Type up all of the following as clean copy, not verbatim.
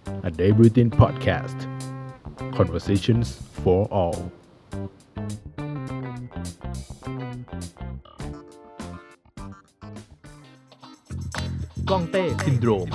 A Day Routine Podcast Conversations for all ก้องเต้ซินโดรม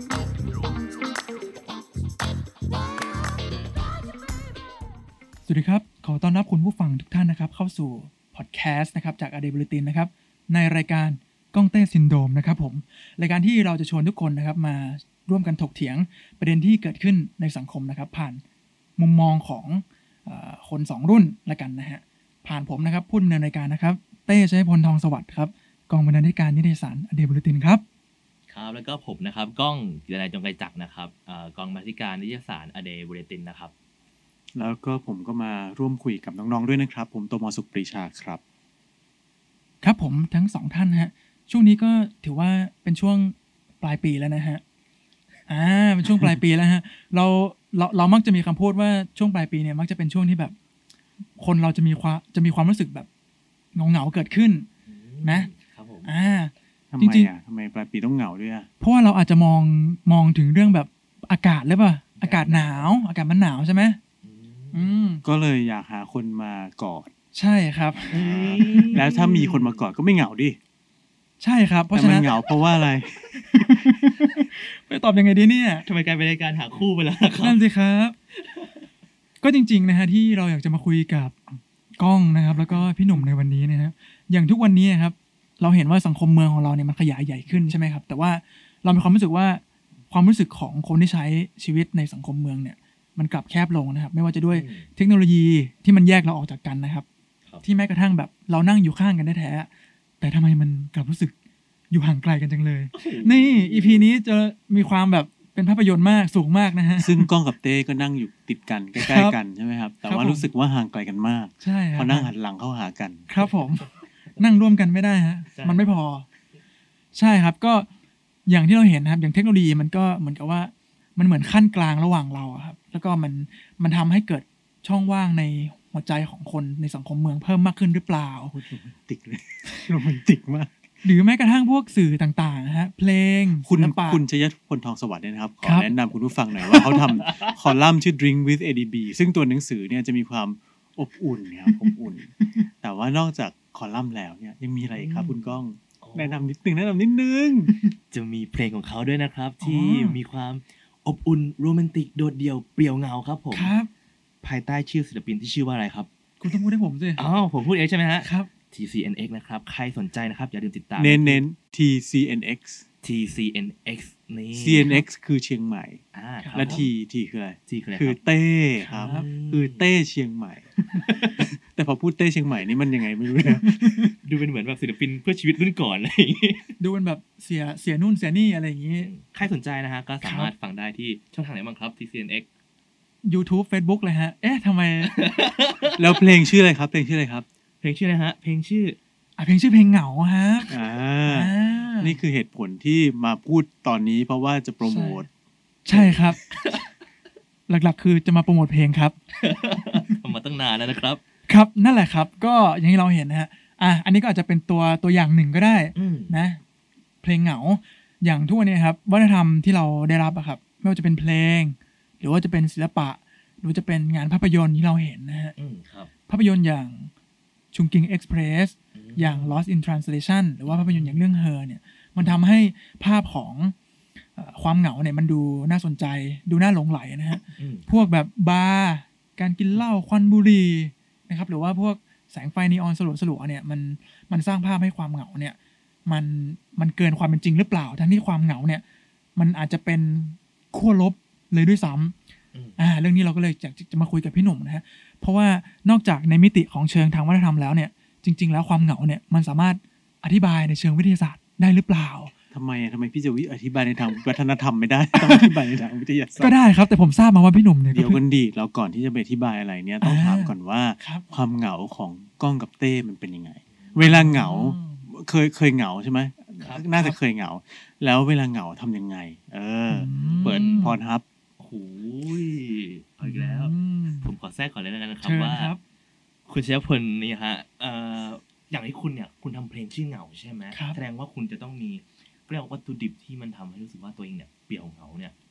สวัสดีครับขอต้อนรับคุณผู้ฟังทุกท่านนะครับเข้าสู่พอดแคสต์นะครับจาก A Day Routine นะครับในรายการก้องเต้ซินโดรมนะครับผมรายการที่เราจะชวนทุกคนนะครับมาร่วมกันถกเถียงประเด็นที่เกิดขึ้นในสังคมนะครับผ่านมุมมองของคน2รุ่นละกันนะฮะผ่านผมนะครับผู้ดำเนินรายการนะครับเต้ชัยพลทองสวัสดิ์ครับกองบรรณาธิการนิตยสาร A Day Routine ครับครับแล้วก็ผมนะครับก้องกิตนัยจงไกรจักรนะครับกองบรรณาธิการนิตยสาร A Day Routine นะครับแล้วก็ผมก็มาร่วมคุยกับน้องๆด้วยนะครับผมโตมสุขปรีชาครับครับผมทั้ง2ท่านฮะช่วงนี้ก็ถือว่าเป็นช่วงปลายปีแล้วนะฮะเป็นช่วงปลายปีแล้วฮะเรามักจะมีคำพูดว่าช่วงปลายปีเนี่ยมักจะเป็นช่วงที่แบบคนเราจะมีความรู้สึกแบบเหงาเกิดขึ้นนะครับผมทำไมทำไมปลายปีต้องเหงาด้วยเพราะว่าเราอาจจะมองถึงเรื่องแบบอากาศหรือเปล่าอากาศหนาวอากาศมันหนาวใช่ไหมก็เลยอยากหาคนมากอดใช่ครับแล้วถ้ามีคนมากอดก็ไม่เหงาดิใช่ครับเพราะฉะนั้นเหงาเพราะว่าอะไรไปตอบยังไงดีเนี่ยทำไมกลายเป็นรายการหาคู่ไปแล้วครับนั่นสิครับก็จริงๆนะฮะที่เราอยากจะมาคุยกับก้องนะครับแล้วก็พี่หนุ่มในวันนี้นะครับอย่างทุกวันนี้ครับเราเห็นว่าสังคมเมืองของเราเนี่ยมันขยายใหญ่ขึ้นใช่ไหมครับแต่ว่าเรามีความรู้สึกว่าความรู้สึกของคนที่ใช้ชีวิตในสังคมเมืองเนี่ยมันกลับแคบลงนะครับไม่ว่าจะด้วยเทคโนโลยีที่มันแยกเราออกจากกันนะครับที่แม้กระทั่งแบบเรานั่งอยู่ข้างกันแท้ๆแต่ทำไมมันกลับรู้สึกอยู่ห่างไกลกันจังเลยนี่ EP นี้จะมีความแบบเป็นภาพยนตร์มากสูงมากนะฮะซึ่งก้องกับเต้ก็นั่งอยู่ติดกันใกล้ๆกันใช่ไหมครับแต่ว่ารู้สึกว่าห่างไกลกันมากใช่เพราะนั่งหันหลังเข้าหากันครับผมนั่งร่วมกันไม่ได้ฮะมันไม่พอใช่ครับก็อย่างที่เราเห็นนะครับอย่างเทคโนโลยีมันก็เหมือนกับว่ามันเหมือนขั้นกลางระหว่างเราครับแล้วก็มันทำให้เกิดช่องว่างในหัวใจของคนในสังคมเมืองเพิ่มมากขึ้นหรือเปล่าโรแมนติกเลยโรแมนติกมากหรือแม้กระทั่งพวกสื่อต่างๆฮะเพลงคุณชยพลทองสวัสดิ์เนี่ยนะครับขอแนะนำคุณผู้ฟังหน่อยว่าเขาทำคอลัมน์ชื่อ Drink with ADB ซึ่งตัวหนังสือเนี่ยจะมีความอบอุ่นครับอบอุ่นแต่ว่านอกจากคอลัมน์แล้วเนี่ยยังมีอะไรอีกครับคุณก้องแนะนำนิดนึงจะมีเพลงของเขาด้วยนะครับที่มีความอบอุ่นโรแมนติกโดดเดี่ยวเปรี่ยวเงาครับผมครับภายใต้ชื่อศิลปินที่ชื่อว่าอะไรครับคุณต้องพูดให้ผมสิผมพูดเองใช่ไหมฮะครับ TCNX นะครับใครสนใจนะครับอย่าลืมติดตามเน้น TCNX นี่ CNX คือเชียงใหม่และ T คืออะไร T คือเต้ครับคือเต้เชียงใหม่ แต่พอพูดเต้เชียงใหม่นี่มันยังไงไม่รู้นะดูเป็นเหมือนแบบศิลปินเพื่อชีวิตรุ่นก่อนอะไรอย่างงี้ดูเป็นแบบเสียนู่นเสียนี่อะไรอย่างงี้ใครสนใจนะฮะก็สามารถฟังได้ที่ช่องทางไหนบ้างครับ TCNX YouTube Facebook เลยฮะทำไมแล้วเพลงชื่ออะไรครับเพลงชื่ออะไรครับเพลงชื่ออะไรฮะเพลงชื่อเพลงเหงาฮะนี่คือเหตุผลที่มาพูดตอนนี้เพราะว่าจะโปรโมทใช่ครับ หลักๆคือจะมาโปรโมทเพลงครับทำมาตั้งนานแล้วนะครับครับนั่นแหละครับก็อย่างที่เราเห็นนะฮะอันนี้ก็อาจจะเป็นตัวอย่างหนึ่งก็ได้นะเพลงเหงาอย่างทุกวันนี้ครับวัฒนธรรมที่เราได้รับอะครับไม่ว่าจะเป็นเพลงหรือว่าจะเป็นศิลปะหรือจะเป็นงานภาพยนตร์ที่เราเห็นนะฮะภาพยนตร์อย่างชุงกิงเอ็กซ์เพรสอย่าง Lost in Translation หรือว่าภาพยนตร์อย่างเรื่อง Her เนี่ยมันทำให้ภาพของความเหงาเนี่ยมันดูน่าสนใจดูน่าหลงไหลนะฮะพวกแบบบาร์การกินเหล้าควันบุหรี่นะครับหรือว่าพวกแสงไฟนีออนสลัวๆเนี่ยมันสร้างภาพให้ความเหงาเนี่ยมันเกินความเป็นจริงหรือเปล่าทั้งที่ความเหงาเนี่ยมันอาจจะเป็นขั้วลบเลยด้วยซ้ำเรื่องนี้เราก็เลยจะมาคุยกับพี่หนุ่มนะฮะเพราะว่านอกจากในมิติของเชิงทางวัฒนธรรมแล้วเนี่ยจริงๆแล้วความเหงาเนี่ยมันสามารถอธิบายในเชิงวิทยาศาสตร์ได้หรือเปล่าทำไมพี่จะอธิบายในทางวัฒนธรรมไม่ได้ต้องอธิบายในทางวิทยาศาสตร์ก็ได้ครับแต่ผมทราบมาว่าพี่หนุ่มเนี่ยเดี๋ยวกันดีเราก่อนที่จะไปอธิบายอะไรเนี่ยต้องถามก่อนว่าความเหงาของก้องกับเต้มันเป็นยังไงเวลาเหงาเคยเหงาใช่ไหมน่าจะเคยเหงาแล้วเวลาเหงาทำยังไงเปิดพรฮับโอ้ยเอาอีกแล้วผมขอแทรกก่อนเลยนะครับว่าคุณชยพลนี่ฮะอย่างที่คุณเนี่ยคุณทำเพลงชื่อเหงาใช่ไหมแสดงว่าคุณจะต้องมีเรียกว่าวัตถุดิบที่มันทำให้รู้สึกว่าตัวเองเนี่ยเปลี่ยวเหงาเนี่ย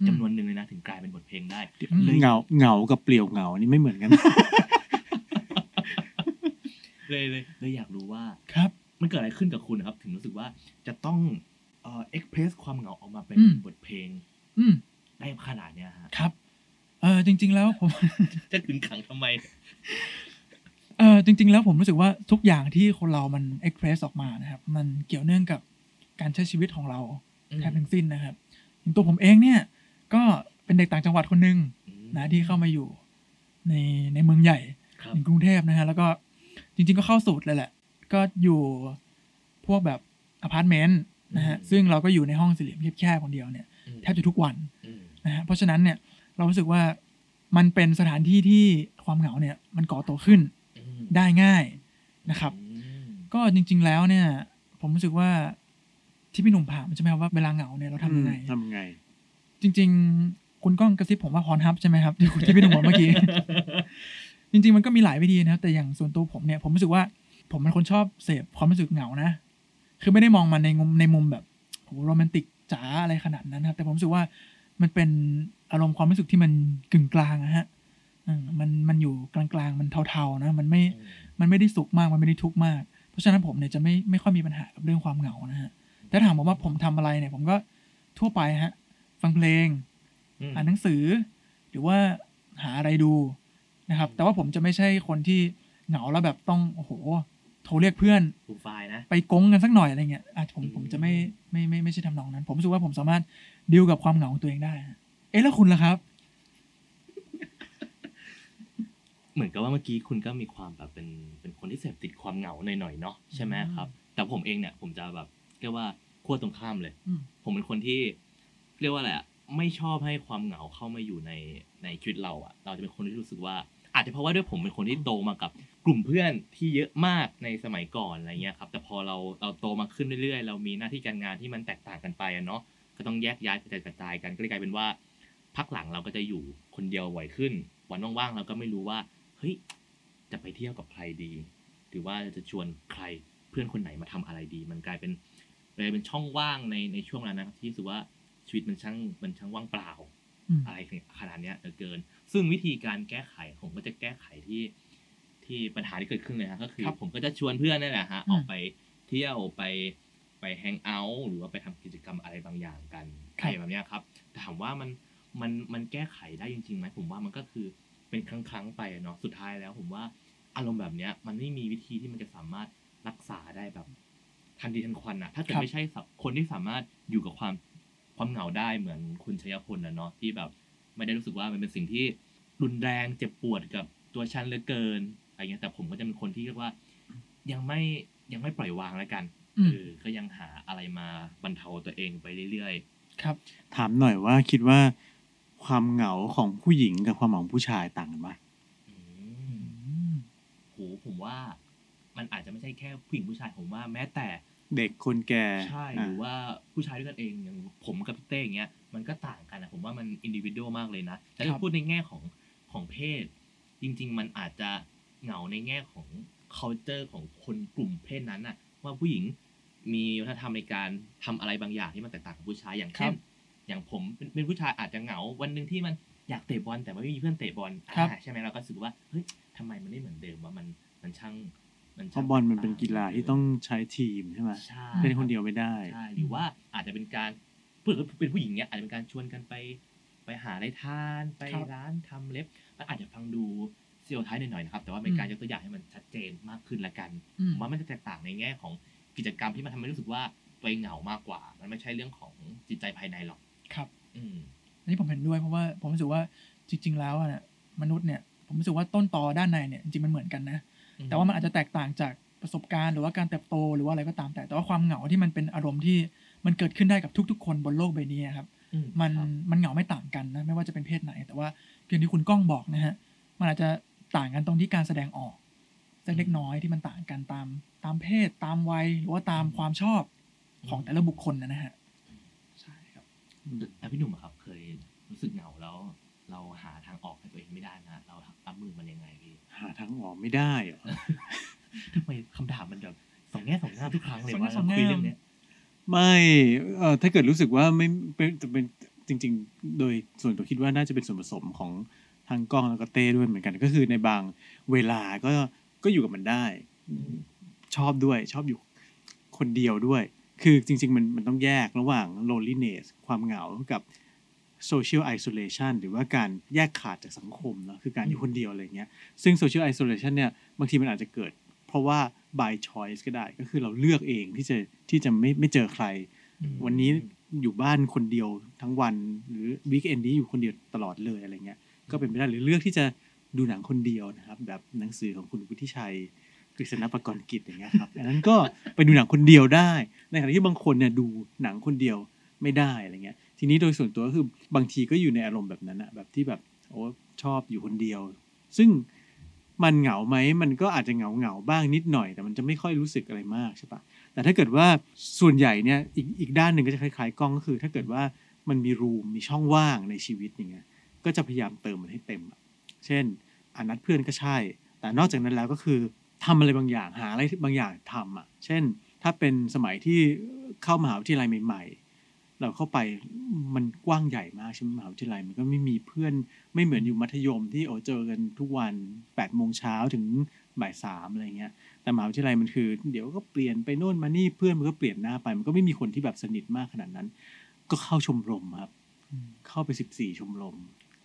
จำนวนหนึ่งเลยนะถึงกลายเป็นบทเพลงได้เหงากับเปลี่ยวเหงานี่ไม่เหมือนกันเลยอยากรู้ว่าครับมันเกิดอะไรขึ้นกับคุณนะครับถึงรู้สึกว่าจะต้องเอ็กเพรสความเหงาออกมาเป็นบทเพลงได้ขนาดเนี้ยฮะครับจริงๆแล้วผมจะขึงขังทำไมจริงๆแล้วผมรู้สึกว่าทุกอย่างที่คนเรามันเอ็กเพรสออกมานะครับมันเกี่ยวเนื่องกับการใช้ชีวิตของเราแทบทั้งสิ้นนะครับอย่างตัวผมเองเนี่ยก็เป็นเด็กต่างจังหวัดคนนึงนะที่เข้ามาอยู่ในเมืองใหญ่ในกรุงเทพนะฮะแล้วก็จริงๆก็เข้าสูตรเลยแหละก็อยู่พวกแบบอพาร์ตเมนต์นะฮะซึ่งเราก็อยู่ในห้องสี่เหลี่ยมแคบๆคนเดียวเนี่ยแทบจะทุกวันนะฮะเพราะฉะนั้นเนี่ยเรารู้สึกว่ามันเป็นสถานที่ที่ความเหงาเนี่ยมันก่อตัวขึ้นได้ง่ายนะครับก็จริงๆแล้วเนี่ยผมรู้สึกว่าที่พี่หนุ่มถามใช่ไหมครับว่าเวลาเหงาเนี่ยเราทำยังไงจริงๆคุณก้องกระซิบผมว่าพรฮับใช่ไหมครับที่พี่หนุ่มบอกเมื่อกี้ จริงๆมันก็มีหลายวิธีนะครับแต่อย่างส่วนตัวผมเนี่ยผมรู้สึกว่าผมเป็นคนชอบเสพความรู้สึกเหงานะคือไม่ได้มองมันในมุมแบบโหโรแมนติกจ๋าอะไรขนาดนั้นครับแต่ผมรู้สึกว่ามันเป็นอารมณ์ความรู้สึกที่มันกึ่งกลางนะฮะมันอยู่กลางๆมันเทาๆนะมันไม่ได้สุขมากมันไม่ได้ทุกข์มากเพราะฉะนั้นผมเนี่ยจะไม่ค่อยมีปัญหากับเรื่องความเหงานะฮะแต่ถามผมว่าผมทำอะไรเนี่ยผมก็ทั่วไปฮะฟังเพลงอ่านหนังสือหรือว่าหาอะไรดูนะครับแต่ว่าผมจะไม่ใช่คนที่เหงาแล้วแบบต้องโอ้โหโทรเรียกเพื่อนไปก้งกันสักหน่อยอะไรเงี้ยผมจะไม่ใช่ทำนองนั้นผมรู้สึกว่าผมสามารถดีลกับความเหงาของตัวเองได้แล้วคุณล่ะครับเหมือนกับว่าเมื่อกี้คุณก็มีความแบบเป็นคนที่เสพติดความเหงาหน่อยๆเนาะใช่ไหมครับแต่ผมเองเนี่ยผมจะแบบเรียกว่าขั้วตรงข้ามเลยผมเป็นคนที่เรียกว่าอะไรไม่ชอบให้ความเหงาเข้ามาอยู่ในชีวิตเราเราจะเป็นคนที่รู้สึกว่าอาจจะเพราะว่าด้วยผมเป็นคนที่โตมากับกลุ่มเพื่อนที่เยอะมากในสมัยก่อนอะไรเงี้ยครับแต่พอเราโตมาขึ้นเรื่อยๆเรามีหน้าที่การงานที่มันแตกต่างกันไปเนาะก็ต้องแยกย้ายกระจายกันก็เลยกลายเป็นว่าพักหลังเราก็จะอยู่คนเดียวบ่อยขึ้นวันว่างๆเราก็ไม่รู้ว่าเฮ้ยจะไปเที่ยวกับใครดีหรือว่าจะชวนใครเพื่อนคนไหนมาทำอะไรดีมันกลายเป็นช่องว่างในช่วงนั้นนะครับที่รู้สึกว่าชีวิตมันช่างว่างเปล่าอะไรขนาดนี้เกินซึ่งวิธีการแก้ไขผมก็จะแก้ไขที่ปัญหาที่เกิดขึ้นเลยฮะก็คือผมก็จะชวนเพื่อนนั่นแหละฮะออกไปเที่ยวไปแฮงเอาท์หรือว่าไปทำกิจกรรมอะไรบางอย่างกันอะไรแบบนี้ครับถามว่ามันแก้ไขได้จริงๆไหมผมว่ามันก็คือเป็นครั้งไปเนาะสุดท้ายแล้วผมว่าอารมณ์แบบนี้มันไม่มีวิธีที่มันจะสามารถรักษาได้แบบทันทีทันควันถ้าเกิดไม่ใช่คนที่สามารถอยู่กับความเหงาได้เหมือนคุณชัยพลเนาะที่แบบไม่ได้รู้สึกว่ามันเป็นสิ่งที่รุนแรงเจ็บปวดกับตัวฉันเหลือเกินอะไรเงี้ยแต่ผมก็จะเป็นคนที่เรียกว่ายังไม่ปล่อยวางแล้วกันก็ยังหาอะไรมาบรรเทาตัวเองไปเรื่อยๆครับถามหน่อยว่าคิดว่าความเหงาของผู้หญิงกับความเหงาของผู้ชายต่างกันปะโหผมว่ามันอาจจะไม่ใช่แค่ผู้หญิงผู้ชายผมว่าแม้แต่เด็กคนแก่ใช่หรือว่าผู้ชายด้วยกันเองอย่างผมกับพี่เต้อย่างเงี้ยมันก็ต่างกันผมว่ามันอินดิวิดวลมากเลยนะแต่ถ้าพูดในแง่ของเพศจริงๆมันอาจจะเหงาในแง่ของ culture ของคนกลุ่มเพศนั้นว่าผู้หญิงมีวัฒนธรรมในการทำอะไรบางอย่างที่มันแตกต่างกับผู้ชายอย่างเช่นอย่างผมเป็นผู้ชายอาจจะเหงาวันนึงที่มันอยากเตะบอลแต่ไม่มีเพื่อนเตะบอลใช่ไหมเราก็รู้สึกว่าเฮ้ยทำไมมันไม่เหมือนเดิมว่ามันช่างเพราะบอลมันเป็นกีฬาที่ต้องใช้ทีมใช่ไหมเป็นคนเดียวไม่ได้ใช่หรือว่าอาจจะเป็นการเป็นผู้หญิงเนี้ยอาจจะเป็นการชวนกันไปหาอะไรทานไปร้านทำเล็บอาจจะฟังดูเซียวท้ายหน่อยๆนะครับแต่ว่าเป็นการยกตัวอย่างให้มันชัดเจนมากขึ้นละกันว่ามันจะแตกต่างในแง่ของกิจกรรมที่มันทำให้รู้สึกว่าตัวเองเหงามากกว่ามันไม่ใช่เรื่องของจิตใจภายในหรอกครับอันนี้ผมเห็นด้วยเพราะว่าผมรู้สึกว่าจริงๆแล้วเนี่ยมนุษย์เนี่ยผมรู้สึกว่าต้นตอด้านในเนี่ยจริงๆมันเหมือนกันนะแต่ว่ามันอาจจะแตกต่างจากประสบการณ์หรือว่าการเติบโตหรือว่าอะไรก็ตามแต่ว่าความเหงาที่มันเป็นอารมณ์ที่มันเกิดขึ้นได้กับทุกๆคนบนโลกใบนี้ครับมันเหงาไม่ต่างกันนะไม่ว่าจะเป็นเพศไหนแต่ว่าอย่างที่คุณก้องบอกนะฮะมันอาจจะต่างกันตรงที่การแสดงออกเล็กน้อยที่มันต่างกันตามเพศตามวัยหรือว่าตามความชอบของแต่ละบุคคลนะฮะใช่ครับแล้วพี่หนุ่มครับเคยรู้สึกเหงาแล้วเราหาทางออกให้ตัวเองไม่ได้นะเรารับมือมันยังไงพี่หาทางออกไม่ได้เหรอทำไมคำถามมันแบบสองแง่สองงามทุกครั้งเลยว่าคุยเรื่องนี้ไม่ถ้าเกิดรู้สึกว่าไม่เป็นจริงๆโดยส่วนตัวคิดว่าน่าจะเป็นส่วนผสมของทางกล้องแล้วก็เต้ด้วยเหมือนกันก็คือในบางเวลาก็อยู่กับมันได้ชอบอยู่คนเดียวด้วยคือจริงๆมันต้องแยกระหว่าง loneliness ความเหงากับ social isolation หรือว่าการแยกขาดจากสังคมเนาะคือการอยู่คนเดียวอะไรเงี้ยซึ่ง social isolation เนี่ยบางทีมันอาจจะเกิดเพราะว่า by choice ก็ได้ก็คือเราเลือกเองที่จะไม่เจอใครวันนี้อยู่บ้านคนเดียวทั้งวันหรือ weekend นี้อยู่คนเดียวตลอดเลยอะไรเงี้ยก็เป็นไปได้หรือเลือกที่จะดูหนังคนเดียวนะครับแบบหนังสือของคุณวุฒิชัยกฤษณประกรณ์กิจอย่างเงี้ยครับอันนั้นก็ไปดูหนังคนเดียวได้ในขณะที่บางคนเนี่ยดูหนังคนเดียวไม่ได้อะไรเงี้ยทีนี้โดยส่วนตัวก็คือบางทีก็อยู่ในอารมณ์แบบนั้นนะแบบที่แบบโอ้ชอบอยู่คนเดียวซึ่งมันเหงาไหมมันก็อาจจะเหงาบ้างนิดหน่อยแต่มันจะไม่ค่อยรู้สึกอะไรมากใช่ปะแต่ถ้าเกิดว่าส่วนใหญ่เนี่ยอีกด้านหนึ่งก็จะคล้ายๆกล้องก็คือถ้าเกิดว่ามันมีรูมมีช่องว่างในชีวิตอย่างเงี้ยก็จะพยายามเติมมันให้เต็มเช่นนัดเพื่อนก็ใช่แต่นอกจากนั้นแล้วก็คือทำอะไรบางอย่างหาอะไรบางอย่างทำเช่นถ้าเป็นสมัยที่เข้ามหาวิทยาลัยใหม่ๆเราเข้าไปมันกว้างใหญ่มากใช่ไหมมหาวิทยาลัยมันก็ไม่มีเพื่อนไม่เหมือนอยู่มัธยมที่เจอกันทุกวัน 8 โมงเช้าถึงบ่าย 3อะไรเงี้ยแต่มหาวิทยาลัยมันคือเดี๋ยวก็เปลี่ยนไปโน่นมานี่เพื่อนมันก็เปลี่ยนหน้าไปมันก็ไม่มีคนที่แบบสนิทมากขนาดนั้นก็เข้าชมรมครับเข้าไป14ชมรม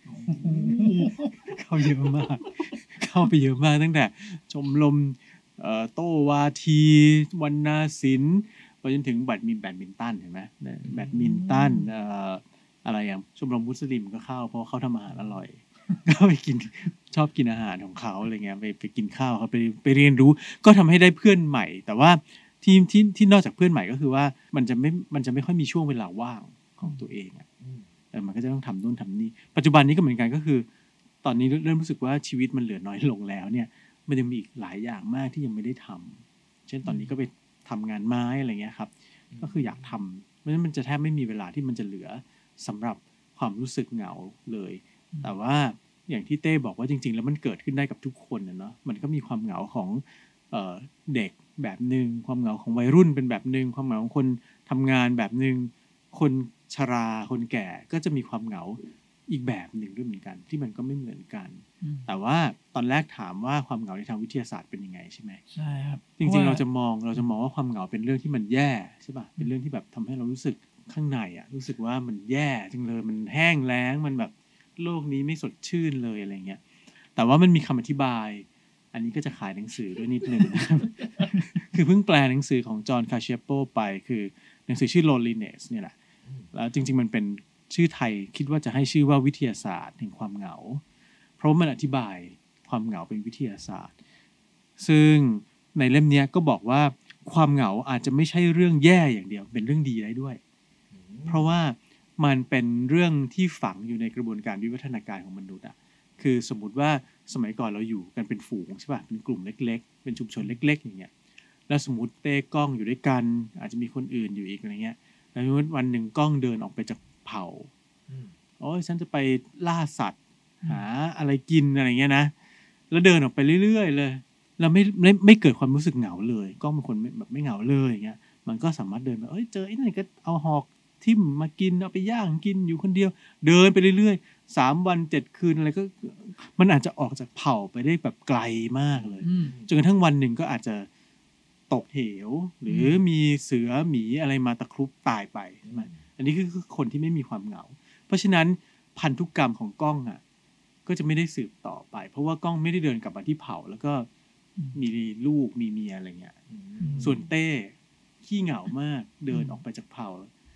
เข้าเยอะมากเข้าไปเยอะมากตั้งแต่ชมรมโต้วาทีวรรณศิลป์ไปจนถึงแบดมินตันเห็นไหมแบดมินตันอะไรอย่างชมรมมุสลิมก็เข้าเพราะเขาทำอาหารอร่อยก็ไปกินชอบกินอาหารของเขาอะไรเงี้ยไปกินข้าวเขาไปเรียนรู้ก็ทำให้ได้เพื่อนใหม่แต่ว่าที่นอกจากเพื่อนใหม่ก็คือว่ามันจะไม่ค่อยมีช่วงเวลาว่างของตัวเองมันก็จะต้องทำนู่นทำนี่ปัจจุบันนี้ก็เหมือนกันก็คือตอนนี้เริ่มรู้สึกว่าชีวิตมันเหลือน้อยลงแล้วเนี่ยมันยังมีอีกหลายอย่างมากที่ยังไม่ได้ทำเช่นตอนนี้ก็ไปทำงานไม้อะไรเงี้ยครับก็คืออยากทำเพราะฉะนั้นมันจะแทบไม่มีเวลาที่มันจะเหลือสำหรับความรู้สึกเหงาเลยแต่ว่าอย่างที่เต้บอกว่าจริงๆแล้วมันเกิดขึ้นได้กับทุกคนเนาะมันก็มีความเหงาของเด็กแบบนึงความเหงาของวัยรุ่นเป็นแบบนึงความเหงาของคนทำงานแบบนึงคนชราคนแก่ก็จะมีความเหงาอีกแบบหนึ่งด้วยเหมือนกันที่มันก็ไม่เหมือนกันแต่ว่าตอนแรกถามว่าความเหงาในทางวิทยาศาสตร์เป็นยังไงใช่ไหมใช่ครับจริงๆเราจะมองว่าความเหงาเป็นเรื่องที่มันแย่ใช่ป่ะเป็นเรื่องที่แบบทำให้เรารู้สึกข้างในรู้สึกว่ามันแย่จังเลยมันแห้งแล้งมันแบบโลกนี้ไม่สดชื่นเลยอะไรเงี้ยแต่ว่ามันมีคำอธิบายอันนี้ก็จะขายหนังสือด้วยนิดนึง คือเพิ่งแปลหนังสือของจอห์นคาเชโปไปคือหนังสือชื่อ Loneliness เนี่ยแหละแล้วจริงๆมันเป็นชื่อไทยคิดว่าจะให้ชื่อว่าวิทยาศาสตร์แห่งความเหงาเพราะมันอธิบายความเหงาเป็นวิทยาศาสตร์ซึ่งในเล่มนี้ก็บอกว่าความเหงาอาจจะไม่ใช่เรื่องแย่อย่างเดียวเป็นเรื่องดีได้ด้วยเพราะว่ามันเป็นเรื่องที่ฝังอยู่ในกระบวนการวิวัฒนาการของมนุษย์คือสมมุติว่าสมัยก่อนเราอยู่กันเป็นฝูงใช่ป่ะเป็นกลุ่มเล็กๆเป็นชุมชนเล็กๆอย่างเงี้ยแล้วสมมุติเต้กล้องอยู่ด้วยกันอาจจะมีคนอื่นอยู่อีกอะไรเงี้ยแล้ววันหนึ่งกล้องเดินออกไปจากเผ่าโอ้ยฉันจะไปล่าสัตว์หาอะไรกินอะไรเงี้ยนะแล้วเดินออกไปเรื่อยๆเลยเราไม่เกิดความรู้สึกเหงาเลยกล้องเป็นคนแบบไม่เหงาเลยอย่างเงี้ยมันก็สามารถเดินไปเจอไอ้นั่นก็เอาหอกทิ่มมากินเอาไปย่างกินอยู่คนเดียวเดินไปเรื่อยๆ3 วัน 7 คืนอะไรก็มันอาจจะออกจากเผ่าไปได้แบบไกลมากเลยจนกระทั่งวันหนึ่งก็อาจจะตกเหวหรือมีเสือหมีอะไรมาตะครุบตายไปอันนี้คือคนที่ไม่มีความเหงาเพราะฉะนั้นพันธุกรรมของกล้องก็จะไม่ได้สืบต่อไปเพราะว่ากล้องไม่ได้เดินกลับมาที่เผ่าแล้วก็มีลูกมีเมียอะไรเงี้ยส่วนเต้ขี้เหงามากเดินออกไปจากเผ่า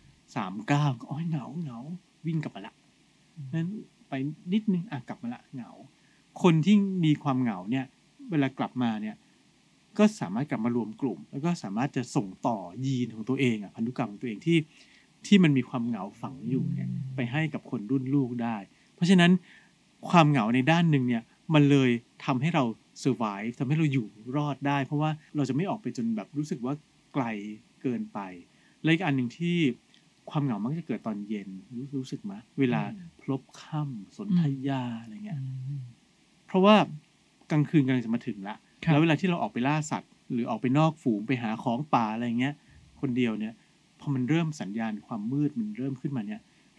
3 ก้าวก็เหงาวิ่งกลับมาละนั้นไปนิดนึงกลับมาละเหงาคนที่มีความเหงาเนี่ยเวลากลับมาเนี่ยก็สามารถกลับมารวมกลุ่มแล้วก็สามารถจะส่งต่อยีนของตัวเองพันธุกรรมของตัวเองที่มันมีความเหงาฝังอยู่เนี่ยไปให้กับคนรุ่นลูกได้เพราะฉะนั้นความเหงาในด้านนึงเนี่ยมันเลยทำให้เรา survive ทำให้เราอยู่รอดได้เพราะว่าเราจะไม่ออกไปจนแบบรู้สึกว่าไกลเกินไปและอีกอันนึงที่ความเหงามักจะเกิดตอนเย็นรู้สึกมั้ยเวลาพลบค่ำสนธยาอะไรเงี้ยเพราะว่ากลางคืนกำลังจะมาถึงละแล้วเวลาที่เราออกไปล่าสัตว์หรือออกไปนอกฝูงไปหาของป่าอะไรเงี้ยคนเดียวเนี่ยพอมันเริ่มสัญญาณความมืดมันเริ่มขึ้นมาเนี่ย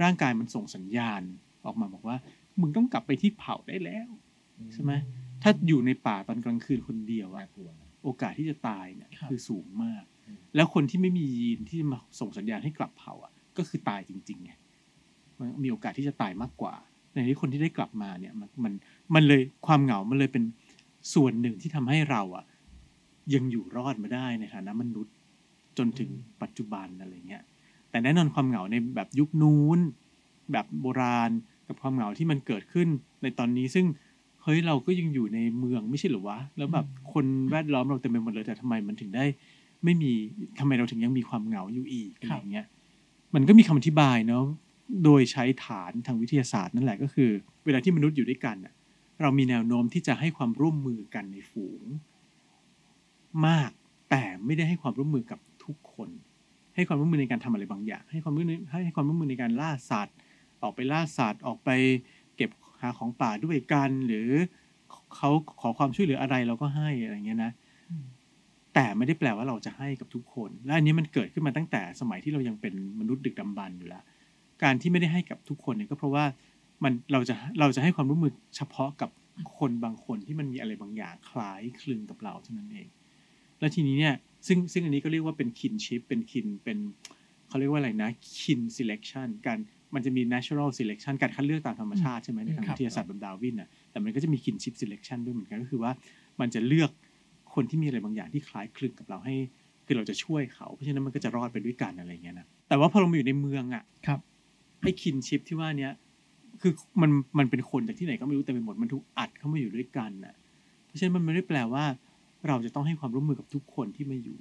ร่างกายมันส่งสัญญาณออกมาบอกว่ามึงต้องกลับไปที่เผ่าได้แล้วใช่ไหมถ้าอยู่ในป่าตอนกลางคืนคนเดียวอะโอกาสที่จะตายเนี่ยคือสูงมากแล้วคนที่ไม่มียีนที่มาส่งสัญญาณให้กลับเผ่าอะก็คือตายจริงๆไงมันมีโอกาสที่จะตายมากกว่าในที่คนที่ได้กลับมาเนี่ยมันเลยความเหงามันเลยเป็นส่วนหนึ่งที่ทำให้เราอะยังอยู่รอดมาได้ในฐานะมนุษย์จนถึงปัจจุบันอะไรเงี้ยแต่แน่นอนความเหงาในแบบยุคนู้นแบบโบราณกับความเหงาที่มันเกิดขึ้นในตอนนี้ซึ่งเฮ้ยเราก็ยังอยู่ในเมืองไม่ใช่หรือวะแล้วแบบคนแวดล้อมเราเต็มไปหมดเลยแต่ทำไมมันถึงได้ไม่มีทำไมเราถึงยังมีความเหงาอยู่อีกอะไรเงี้ยมันก็มีคำอธิบายเนาะโดยใช้ฐานทางวิทยาศาสตร์นั่นแหละก็คือเวลาที่มนุษย์อยู่ด้วยกันเรามีแนวโน้มที่จะให้ความร่วมมือกันในฝูงมากแต่ไม่ได้ให้ความร่วมมือกับทุกคนให้ความร่วมมือในการทำอะไรบางอย่างให้ความร่วมมือในการล่าสัตว์ออกไปล่าสัตว์ออกไปเก็บหาของป่าด้วยกันหรือเขาขอความช่วยเหลืออะไรเราก็ให้อะไรเงี้ยนะแต่ไม่ได้แปลว่าเราจะให้กับทุกคนและอันนี้มันเกิดขึ้นมาตั้งแต่สมัยที่เรายังเป็นมนุษย์ดึกดำบรรพ์อยู่แล้วการที่ไม่ได้ให้กับทุกคนเนี่ยก็เพราะว่าเราจะให้ความร่วมมือเฉพาะกับคนบางคนที่มันมีอะไรบางอย่างคล้ายคลึงกับเราเท่านั้นเองแล้วทีนี้เนี่ยซึ่งอันนี้ก็เรียกว่าเป็น kinship เป็นเขาเรียกว่าอะไรนะ kin selection การมันจะมี natural selection การคัดเลือกตามธรรมชาติใช่ไหมในทางวิทยาศาสตร์แบบดาร์วินน่ะแต่มันก็จะมี kinship selection ด้วยเหมือนกันก็คือว่ามันจะเลือกคนที่มีอะไรบางอย่างที่คล้ายคลึงกับเราให้คือเราจะช่วยเขาเพราะฉะนั้นมันก็จะรอดไปด้วยกันอะไรเงี้ยนะแต่ว่าพอเรามาอยู่ในเมืองไอ้ kinship ที่ว่านี้คือมันเป็นคนจากที่ไหนก็ไม่รู้แต่เป็นหมดมันถูกอัดเข้ามาอยู่ด้วยกันน่ะเพราะฉะนั้นมันไม่ได้แปลว่าเราจะต้องให้ความร่วมมือกับทุกคนที่มาอยู่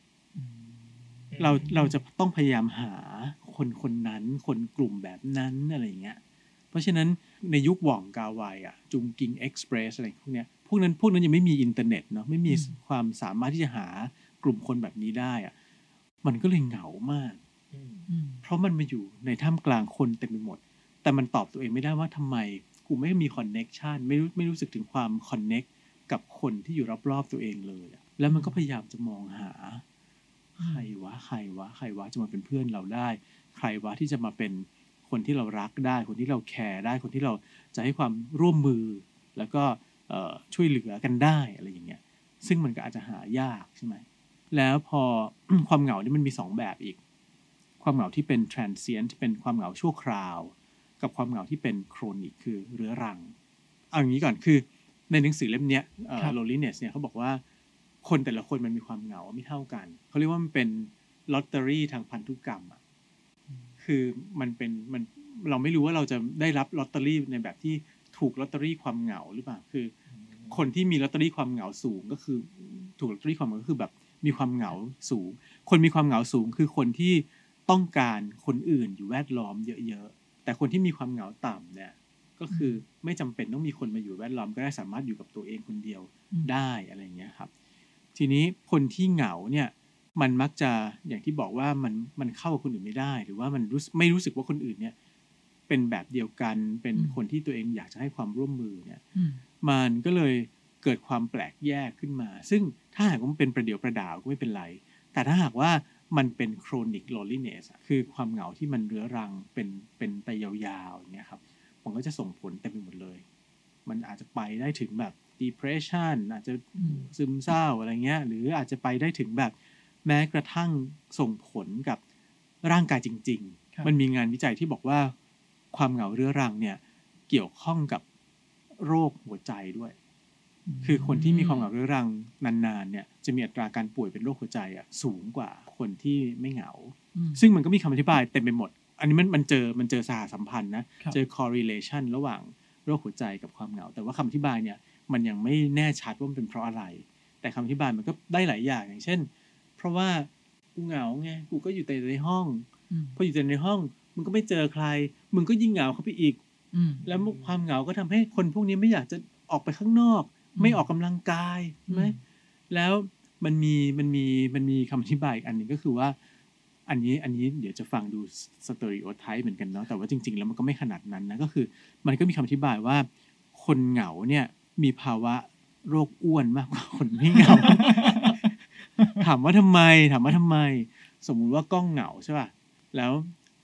เราจะต้องพยายามหาคนนั้นคนกลุ่มแบบนั้นอะไรเงี้ยเพราะฉะนั้นในยุคหว่องกาไวจุงกิงเอ็กซ์เพรสอะไรพวกนั้นยังไม่มีอินเทอร์เน็ตเนาะไม่มีความสามารถที่จะหากลุ่มคนแบบนี้ได้มันก็เลยเหงามากเพราะมันมาอยู่ในท่ามกลางคนเต็มไปหมดแต่มันตอบตัวเองไม่ได้ว่าทำไมกูไม่มีคอนเน็กชันไม่รู้สึกถึงความคอนเน็กกับคนที่อยู่รอบๆตัวเองเลยแล้วมันก็พยายามจะมองหาใครวะจะมาเป็นเพื่อนเราได้ใครวะที่จะมาเป็นคนที่เรารักได้คนที่เราแคร์ได้คนที่เราจะให้ความร่วมมือแล้วก็ช่วยเหลือกันได้อะไรอย่างเงี้ยซึ่งมันก็อาจจะหายากใช่ไหมแล้วพอ ความเหงานี่มันมี2แบบอีกความเหงาที่เป็น transient ที่เป็นความเหงาชั่วคราวกับความเหงาที่เป็น chronic คือเรื้อรังเอาอย่างนี้ก่อนคือในหนังสือเล่มนี้loneliness เนี่ยเขาบอกว่าคนแต่ละคนมันมีความเหงาไม่เท่ากันเขาเรียกว่ามันเป็นลอตเตอรี่ทางพันธุกรรมคือมันเราไม่รู้ว่าเราจะได้รับลอตเตอรี่ในแบบที่ถูกลอตเตอรี่ความเหงาหรือเปล่าคือคนที่มีลอตเตอรี่ความเหงาสูงก็คือถูกลอตเตอรี่ความเหงาก็คือแบบมีความเหงาสูงคนมีความเหงาสูงคือคนที่ต้องการคนอื่นอยู่แวดล้อมเยอะๆแต่คนที่มีความเหงาต่ำเนี่ยก็คือไม่จำเป็นต้องมีคนมาอยู่แวดล้อมก็ได้สามารถอยู่กับตัวเองคนเดียวได้อะไรอย่างเงี้ยครับทีนี้คนที่เหงาเนี่ยมันมักจะอย่างที่บอกว่ามันเข้ากับคนอื่นไม่ได้หรือว่ามันไม่รู้สึกว่าคนอื่นเนี่ยเป็นแบบเดียวกันเป็นคนที่ตัวเองอยากจะให้ความร่วมมือเนี่ยมันก็เลยเกิดความแปลกแยกขึ้นมาซึ่งถ้าหากว่ามันเป็นประเดี๋ยวประดาวก็ไม่เป็นไรแต่ถ้าหากว่ามันเป็น chronic loneliness คือความเหงาที่มันเรื้อรังเป็นไปยาวๆอย่างเงี้ยครับมันก็จะส่งผลเต็มไปหมดเลยมันอาจจะไปได้ถึงแบบ depression อาจจะซึมเศร้าอะไรเงี้ยหรืออาจจะไปได้ถึงแบบแม้กระทั่งส่งผลกับร่างกายจริงๆมันมีงานวิจัยที่บอกว่าความเหงาเรื้อรังเนี่ยเกี่ยวข้องกับโรคหัวใจด้วยคือคนที่มีความเหงาเรื้อรังนานๆเนี่ยจะมีอัตราการป่วยเป็นโรคหัวใจสูงกว่าคนที่ไม่เหงาซึ่งมันก็มีคำอธิบายเต็มไปหมดอันนี้มันเจอสหสัมพันธ์นะเจอ correlation ระหว่างโรคหัวใจกับความเหงาแต่ว่าคำอธิบายเนี่ยมันยังไม่แน่ชัดว่ามันเป็นเพราะอะไรแต่คำอธิบายมันก็ได้หลายอย่างอย่างเช่นเพราะว่ากูเหงาไงกูก็อยู่แต่ในห้องพออยู่แต่ในห้องมึงก็ไม่เจอใครมึงก็ยิ่งเหงาเข้าไปอีกแล้วความเหงาก็ทำให้คนพวกนี้ไม่อยากจะออกไปข้างนอกไม่ออกกำลังกายใช่ไหมแล้วมันมีคำอธิบายอีกอันนึงก็คือว่าอันนี้เดี๋ยวจะฟังดูสเตอริโอไทป์เหมือนกันเนาะแต่ว่าจริงๆแล้วมันก็ไม่ขนาดนั้นนะก็คือมันก็มีคำอธิบายว่าคนเหงาเนี่ยมีภาวะโรคอ้วนมากกว่าคนไม่เหงา ถามว่าทำไมสมมุติว่ากล้องเหงาใช่ป่ะแล้ว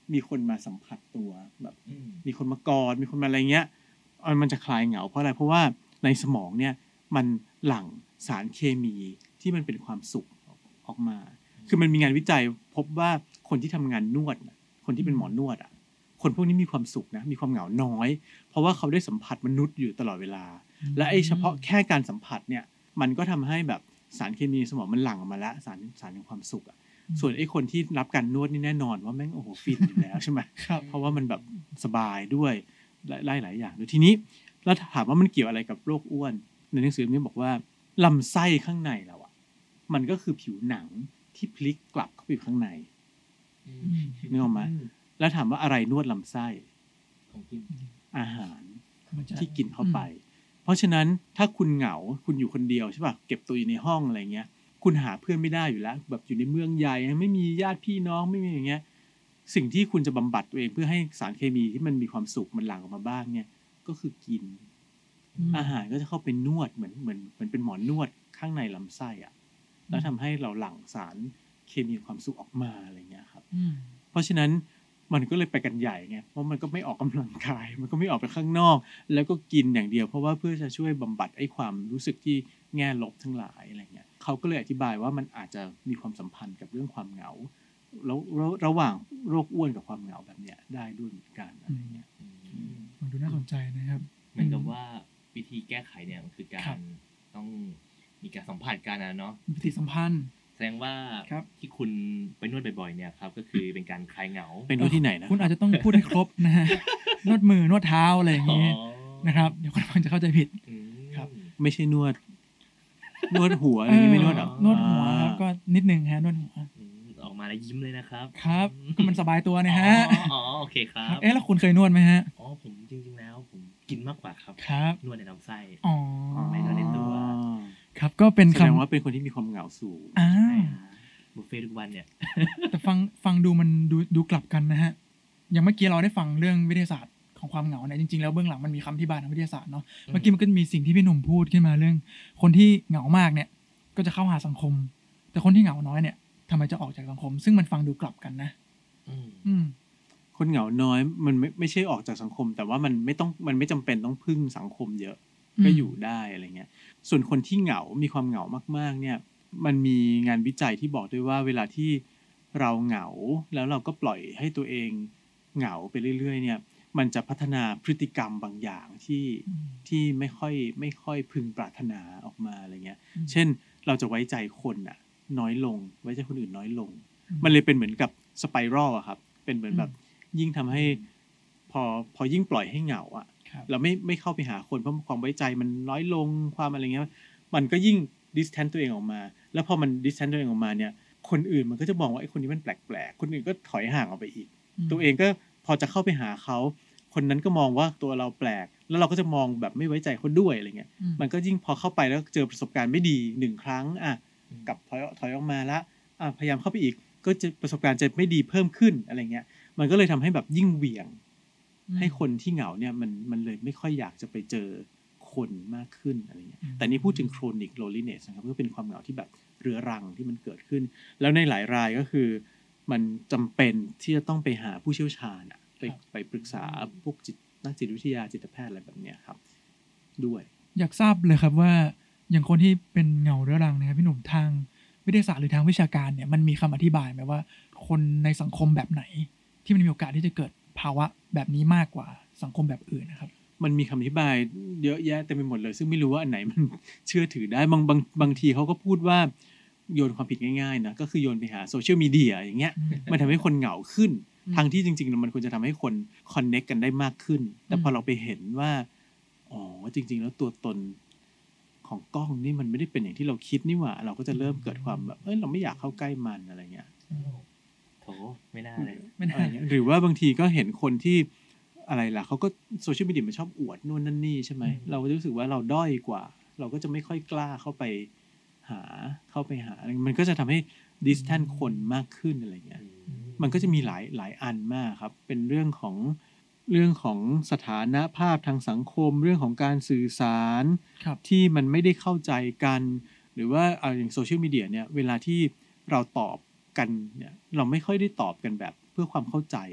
มีคนมาสัมผัสตัวแบบมีคนมากอดมีคนมาอะไรเงี้ยมันจะคลายเหงาเพราะอะไรเพราะว่าในสมองเนี่ยมันหลั่งสารเคมีที่มันเป็นความสุขออกมาคือมันมีงานวิจัยพบว่าคนที่ทำงานนวดคนที่เป็นหมอนวดคนพวกนี้มีความสุขนะมีความเหงาน้อยเพราะว่าเขาได้สัมผัสมนุษย์อยู่ตลอดเวลาและไอ้เฉพาะแค่การสัมผัสเนี่ยมันก็ทำให้แบบสารเคมีในสมองมันหลั่งออกมาแล้วสารแห่งความสุขส่วนไอ้คนที่รับการนวดนี่แน่นอนว่าแม่งโอ้โหฟินอยู่แล้วใช่ไหมเพราะว่ามันแบบสบายด้วยหลายอย่างด้วยทีนี้แล้วถามว่ามันเกี่ยวอะไรกับโรคอ้วนในหนังสือนี้บอกว่าลำไส้ข้างในเรามันก็คือผิวหนังที่พลิกกลับเข้าไปข้างในนึกออกไหมแล้วถามว่าอะไรนวดลำไส้ของกินอาหารที่กินเข้าไปเพราะฉะนั้นถ้าคุณเหงาคุณอยู่คนเดียวใช่ป่ะเก็บตัวอยู่ในห้องอะไรเงี้ยคุณหาเพื่อนไม่ได้อยู่แล้วแบบอยู่ในเมืองใหญ่ไม่มีญาติพี่น้องไม่มีอย่างเงี้ยสิ่งที่คุณจะบำบัดตัวเองเพื่อให้สารเคมีที่มันมีความสุขมันหลั่งออกมาบ้างเนี่ยก็คือกินอาหารก็จะเข้าไปนวดเหมือนเป็นหมอนวดข้างในลำไส้แล้วทำให้เราหลั่งสารเคมีความสุขออกมาอะไรเงี้ยครับเพราะฉะนั้นมันก็เลยไปกันใหญ่ไงเพราะมันก็ไม่ออกกำลังกายมันก็ไม่ออกไปข้างนอกแล้วก็กินอย่างเดียวเพราะว่าเพื่อจะช่วยบำบัดไอ้ความรู้สึกที่แง่ลบทั้งหลายอะไรเงี้ยเขาก็เลยอธิบายว่ามันอาจจะมีความสัมพันธ์กับเรื่องความเหงาแล้วระหว่างโรคอ้วนกับความเหงาแบบเนี้ยได้ด้วยเหมือนกันอะไรเงี้ยมันดูน่าสนใจนะครับเหมือนกับว่าวิธีแก้ไขเนี่ยมันคือการต้องมีการสัมผัสกันเนาะวิธีสัมพันธ์แสดงว่าที่คุณไปนวดบ่อยๆเนี่ยครับก็คือเป็นการคลายเหงาเป็นนวดที่ไหนนะคุณอาจจะต้องพูดให้ครบนะฮะนวดมือนวดเท้าอะไรอย่างงี้นะครับเดี๋ยวคนฟังจะเข้าใจผิดครับไม่ใช่นวดหัวอะไรนี้ไม่นวดหรอนวดหัวก็นิดนึงฮะนวดหัวออกมาแล้วยิ้มเลยนะครับครับก็มันสบายตัวนะฮะอ๋อโอเคครับแล้วคุณเคยนวดไหมฮะอ๋อผมจริงๆแล้วผมกินมากกว่าครับนวดในลำไส้ไม่นวดในตัวครับก็เป็นแสดงว่าเป็นคนที่มีความเหงาสูงบุฟเฟ่ทุกวันเนี่ยแต่ฟังดูมันดูกลับกันนะฮะอย่างเมื่อกี้เราได้ฟังเรื่องวิทยาศาสตร์ของความเหงาเนี่ยจริงๆแล้วเบื้องหลังมันมีคำอธิบายทางวิทยาศาสตร์เนาะเมื่อกี้มันก็มีสิ่งที่พี่หนุ่มพูดขึ้นมาเรื่องคนที่เหงามากเนี่ยก็จะเข้าหาสังคมแต่คนที่เหงาน้อยเนี่ยทำไมจะออกจากสังคมซึ่งมันฟังดูกลับกันนะคนเหงาน้อยมันไม่ใช่ออกจากสังคมแต่ว่ามันไม่จำเป็นต้องพึ่งสังคมเยอะก็อยู่ได้อะไรเงี้ยส่วนคนที่เหงามีความเหงามากๆเนี่ยมันมีงานวิจัยที่บอกด้วยว่าเวลาที่เราเหงาแล้วเราก็ปล่อยให้ตัวเองเหงาไปเรื่อยๆเนี่ยมันจะพัฒนาพฤติกรรมบางอย่างที่ไม่ค่อยพึงปรารถนาออกมาอะไรเงี้ยเช่นเราจะไว้ใจคนน้อยลงไว้ใจคนอื่นน้อยลงมันเลยเป็นเหมือนกับสไปรัลครับเป็นเหมือนแบบยิ่งทำให้พอยิ่งปล่อยให้เหงาเราไม่เข้าไปหาคนเพราะความไว้ใจมันน้อยลงความอะไรเงี้ยมันก็ยิ่งdistance ตัวเองออกมาแล้วพอมัน distance ตัวเองออกมาเนี่ยคนอื่นมันก็จะมองว่าไอ้คนนี้มันแปลกๆคนอื่นก็ถอยห่างออกไปอีกตัวเองก็พอจะเข้าไปหาเขาคนนั้นก็มองว่าตัวเราแปลกแล้วเราก็จะมองแบบไม่ไว้ใจเขาด้วยอะไรเงี้ยมันก็ยิ่งพอเข้าไปแล้วเจอประสบการณ์ไม่ดี1ครั้งกลับถอยออกมาละพยายามเข้าไปอีกก็จะประสบการณ์จะไม่ดีเพิ่มขึ้นอะไรเงี้ยมันก็เลยทำให้แบบยิ่งเหวี่ยงให้คนที่เหงาเนี่ยมันเลยไม่ค่อยอยากจะไปเจอคนมากขึ้นอะไรเงี้ยแต่นี่พูดถึง chronic loneliness นะครับก็เป็นความเหงาที่แบบเรื้อรังที่มันเกิดขึ้นแล้วในหลายรายก็คือมันจำเป็นที่จะต้องไปหาผู้เชี่ยวชาญไปปรึกษาพวกนักจิตวิทยาจิตแพทย์อะไรแบบเนี้ยครับด้วยอยากทราบเลยครับว่าอย่างคนที่เป็นเหงาเรื้อรังนะครับพี่หนุ่มทางวิทยาศาสตร์หรือทางวิชาการเนี่ยมันมีคำอธิบายไหมว่าคนในสังคมแบบไหนที่มันมีโอกาสที่จะเกิดภาวะแบบนี้มากกว่าสังคมแบบอื่นนะครับมันมีคำอธิบายเยอะแยะเต็มไปหมดเลยซึ่งไม่รู้ว่าอันไหนมันเชื่อถือได้บางทีเขาก็พูดว่าโยนความผิดง่ายๆนะก็คือโยนไปหาโซเชียลมีเดียอย่างเงี้ยมันทำให้คนเหงาขึ้นทางที่จริงๆมันควรจะทำให้คนคอนเนคกันได้มากขึ้นแต่พอเราไปเห็นว่าอ๋อจริงๆแล้วตัวตนของกล้องนี่มันไม่ได้เป็นอย่างที่เราคิดนี่หว่าเราก็จะเริ่มเกิดความแบบเราไม่อยากเข้าใกล้มันอะไรเงี้ยโถไม่น่าเลยหรือว่าบางทีก็เห็นคนที่อะไรล่ะเขาก็โซเชียลมีเดียมันชอบอวดนู่นนั่นนี่ใช่ไหมเราก็รู้สึกว่าเราด้อยกว่าเราก็จะไม่ค่อยกล้าเข้าไปหามันก็จะทำให้ดิสแทนคนมากขึ้นอะไรเงี้ยมันก็จะมีหลายอันมากครับเป็นเรื่องของสถานะภาพทางสังคมเรื่องของการสื่อสารที่มันไม่ได้เข้าใจกันหรือว่าอย่างโซเชียลมีเดียเนี่ยเวลาที่เราตอบกันเนี่ยเราไม่ค่อยได้ตอบกันแบบเพื่อความเข้าใจ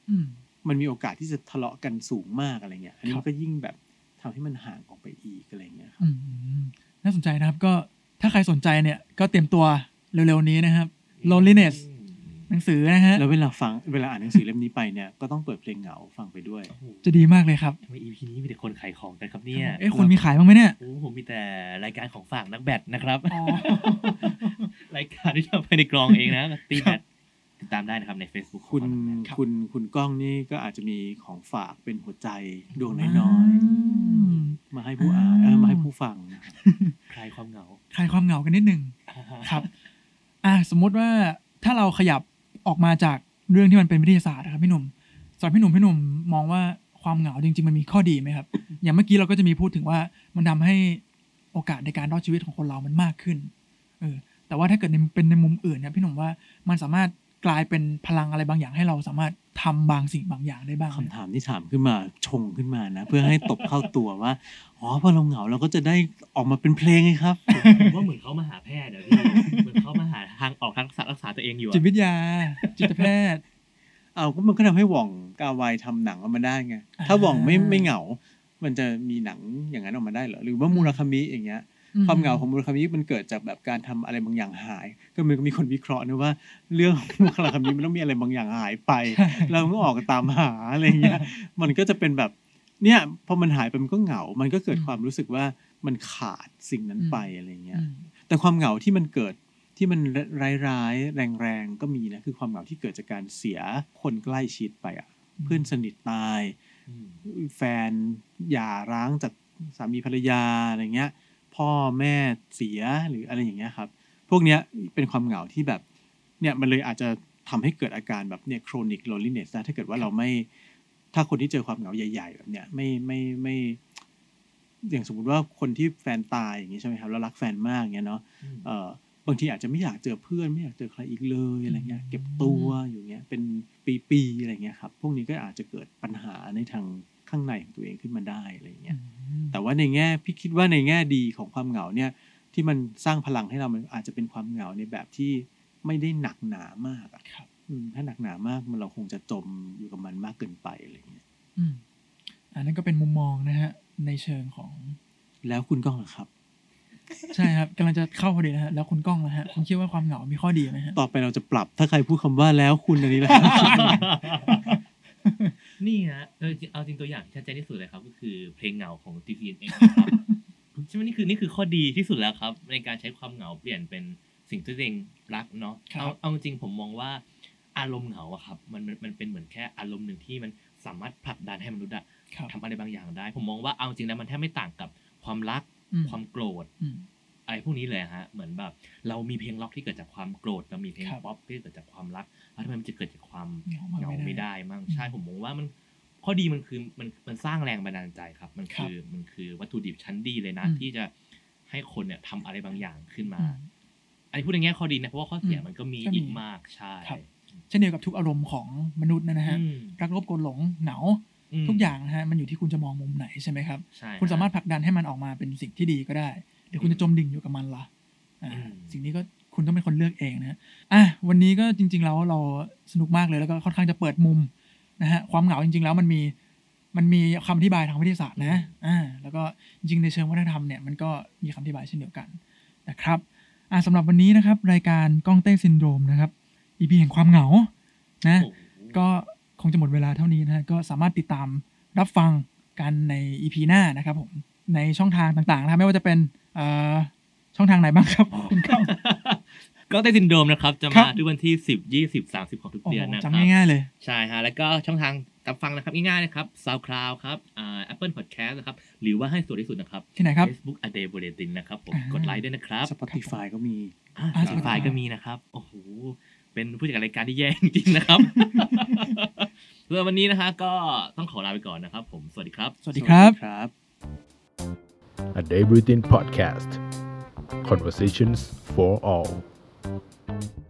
มันมีโอกาสที่จะทะเลาะกันสูงมากอะไรเงี้ยอันนี้ก็ยิ่งแบบทำให้มันห่างออกไปอีกอะไรเงี้ยครับน่าสนใจนะครับก็ถ้าใครสนใจเนี่ยก็เตรียมตัวเร็วๆนี้นะครับ Loneliness หนังสือนะฮะแล้วเวลาอ่านหนังสือเล่มนี้ไปเนี่ยก็ต้องเปิดเพลงเหงาฟังไปด้วยจะดีมากเลยครับทำไม EP นี้มีแต่คนขายของกันครับเนี่ยคุณมีขายบ้างไหมเนี่ยผมมีแต่รายการของฝากนักแบดนะครับรายการที่ทำไปในกรองเองนะตีแบดติดตามได้นะครับใน Facebook คุณก้องนี่ก็อาจจะมีของฝากเป็นหัวใจดวงน้อยๆมาให้ผู้อ่านมาให้ผู้ฟังนะครับคลายความเหงากันนิดนึงครับสมมติว่าถ้าเราขยับออกมาจากเรื่องที่มันเป็นวิทยาศาสตร์นะครับพี่หนุ่มสำหรับพี่หนุ่มมองว่าความเหงาจริงๆมันมีข้อดีไหมครับอย่างเมื่อกี้เราก็จะมีพูดถึงว่ามันทำให้โอกาสในการรอดชีวิตของคนเรามันมากขึ้นแต่ว่าถ้าเกิดเป็นในมุมอื่นเนี่ยพี่หนุ่มว่ามันสามารถกลายเป็นพลังอะไรบางอย่างให้เราสามารถทำบางสิ่งบางอย่างได้บ้างคำถามที่ถามขึ้นมาชงขึ้นมานะเพื่อให้ตบเข้าตัวว่าพอเราเหงาเราก็จะได้ออกมาเป็นเพลงไงครับผมว่าเหมือนเขามาหาแพทย์อะพี่เหมือนเขามาหาทางออกทางรักษาตัวเองอยู่จิตวิทยาจิตแพทย์ก็มันก็ทำให้หว่องกาไวทำหนังออกมาได้ไงถ้าหว่องไม่เหงามันจะมีหนังอย่างนั้นออกมาได้เหรอหรือว่ามูราคามิอย่างเงี้ยความเหงาของมูราคามิมันเกิดจากแบบการทำอะไรบางอย่างหายก็มีคนวิเคราะห์นะว่าเรื่องมูราคามิมันต้องมีอะไรบางอย่างหายไปเราก็ออกตามหาอะไรเงี้ยมันก็จะเป็นแบบเนี่ยพอมันหายไปมันก็เหงามันก็เกิดความรู้สึกว่ามันขาดสิ่งนั้นไปอะไรเงี้ยแต่ความเหงาที่มันเกิดที่มันร้ายๆแรงๆก็มีนะคือความเหงาที่เกิดจากการเสียคนใกล้ชิดไปเพื่อนสนิทตายแฟนหย่าร้างจากสามีภรรยาอะไรเงี้ยพ่อแม่เสียหรืออะไรอย่างเงี้ยครับพวกเนี้ยเป็นความเหงาที่แบบเนี่ยมันเลยอาจจะทำให้เกิดอาการแบบเนี่ย chronic loneliness นะถ้าเกิดว่าเราไม่ถ้าคนที่เจอความเหงาใหญ่ๆแบบเนี้ยไม่อย่างสมมุติว่าคนที่แฟนตายอย่างงี้ใช่ไหมครับแล้วรักแฟนมากเงี้ยเนาะบางทีอาจจะไม่อยากเจอเพื่อนไม่อยากเจอใครอีกเลยอะไรเงี้ยเก็บตัวอยู่เงี้ยเป็นปีๆอะไรเงี้ยครับพวกนี้ก็อาจจะเกิดปัญหาในทางข้างในของตัวเองขึ้นมาได้อะไรเงี้ยแต่ว่าในแง่พี่คิดว่าในแง่ดีของความเหงาเนี่ยที่มันสร้างพลังให้เรามันอาจจะเป็นความเหงาในแบบที่ไม่ได้หนักหนามากครับถ้าหนักหนามากมันเราคงจะจมอยู่กับมันมากเกินไปอะไรเงี้ยอันนั้นก็เป็นมุมมองนะฮะในเชิงของแล้วคุณก้องล่ะครับใช่ครับกำลังจะเข้าพอดีนะฮะแล้วคุณก้องนะฮะคุณคิดว่าความเหงามีข้อดีไหมฮะต่อไปเราจะปรับถ้าใครพูดคำว่าแล้วคุณอันนี้แหละนี่ฮะเอาจริงตัวอย่างชัดเจนที่สุดเลยครับก็คือเพลงเหงาของ TVN เองครับใช่ไหมนี่คือข้อดีที่สุดแล้วครับในการใช้ความเหงาเปลี่ยนเป็นสิ่งที่ตัวเองรักเนาะเอาจริงผมมองว่าอารมณ์เหงาอะครับมันเป็นเหมือนแค่อารมณ์หนึ่งที่มันสามารถผลักดันให้มนุษย์ทำอะไรบางอย่างได้ผมมองว่าเอาจริงแล้วมันแทบไม่ต่างกับความรักความโกรธอะไรพวกนี้เลยฮะเหมือนแบบเรามีเพลงร็อกที่เกิดจากความโกรธเรามีเพลงป๊อปที่เกิดจากความรักแล้วทำไมมันจะเกิดจากความเหงาไม่ได้มั่งใช่ผมมองว่ามันข้อดีมันคือมันสร้างแรงบันดาลใจครับมันคือวัตถุดิบชั้นดีเลยนะที่จะให้คนเนี่ยทำอะไรบางอย่างขึ้นมาอันนี้พูดในแง่ข้อดีนะเพราะว่าข้อเสียมันก็มีอีกมากใช่เช่นเดียวกับทุกอารมณ์ของมนุษย์นะฮะรักรบกลหลงเหงาทุกอย่างนะฮะมันอยู่ที่คุณจะมองมุมไหนใช่ไหมครับคุณสามารถผลักดันให้มันออกมาเป็นสิ่งที่ดีก็ได้หรือคุณจะจมดิ่งอยู่กับมันล่ะสิ่งนี้ก็คุณต้องเป็นคนเลือกเองนะวันนี้ก็จริงๆแล้วเราสนุกมากเลยแล้วก็ค่อนข้างจะเปิดมุมนะฮะความเหงาจริงๆแล้วมันมีคำอธิบายทางวิทยาศาสตร์นะแล้วก็จริงๆในเชิงวัฒนธรรมเนี่ยมันก็มีคำอธิบายเช่นเดียวกันนะครับสำหรับวันนี้นะครับรายการก้องเต้ซินโดรมนะครับ EP แห่งความเหงานะก็คงจะหมดเวลาเท่านี้นะก็สามารถติดตามรับฟังกันใน EP หน้านะครับผมในช่องทางต่างๆนะครับไม่ว่าจะเป็นช่องทางไหนบ้างครับคุณก้องก็ได้ซินโดรมนะครับจะมาทุกวันที่10 20 30ของทุกเดือนนะครับจำง่ายๆเลยใช่ฮะแล้วก็ช่องทางรับฟังนะครับง่ายๆนะครับ SoundCloud ครับApple Podcast นะครับหรือว่าให้สะดวกที่สุดนะครับที่ไหนครับ Facebook A Day Bulletin นะครับผมกดไลค์ด้วยนะครับ Spotify ก็มี Spotify ก็มีนะครับโอ้โหเป็นผู้จัดการรายการที่แย่จริงๆนะครับเพื่อวันนี้นะฮะก็ต้องขอลาไปก่อนนะครับผมสวัสดีครับสวัสดีครับ A Day Bulletin Podcast Conversations for all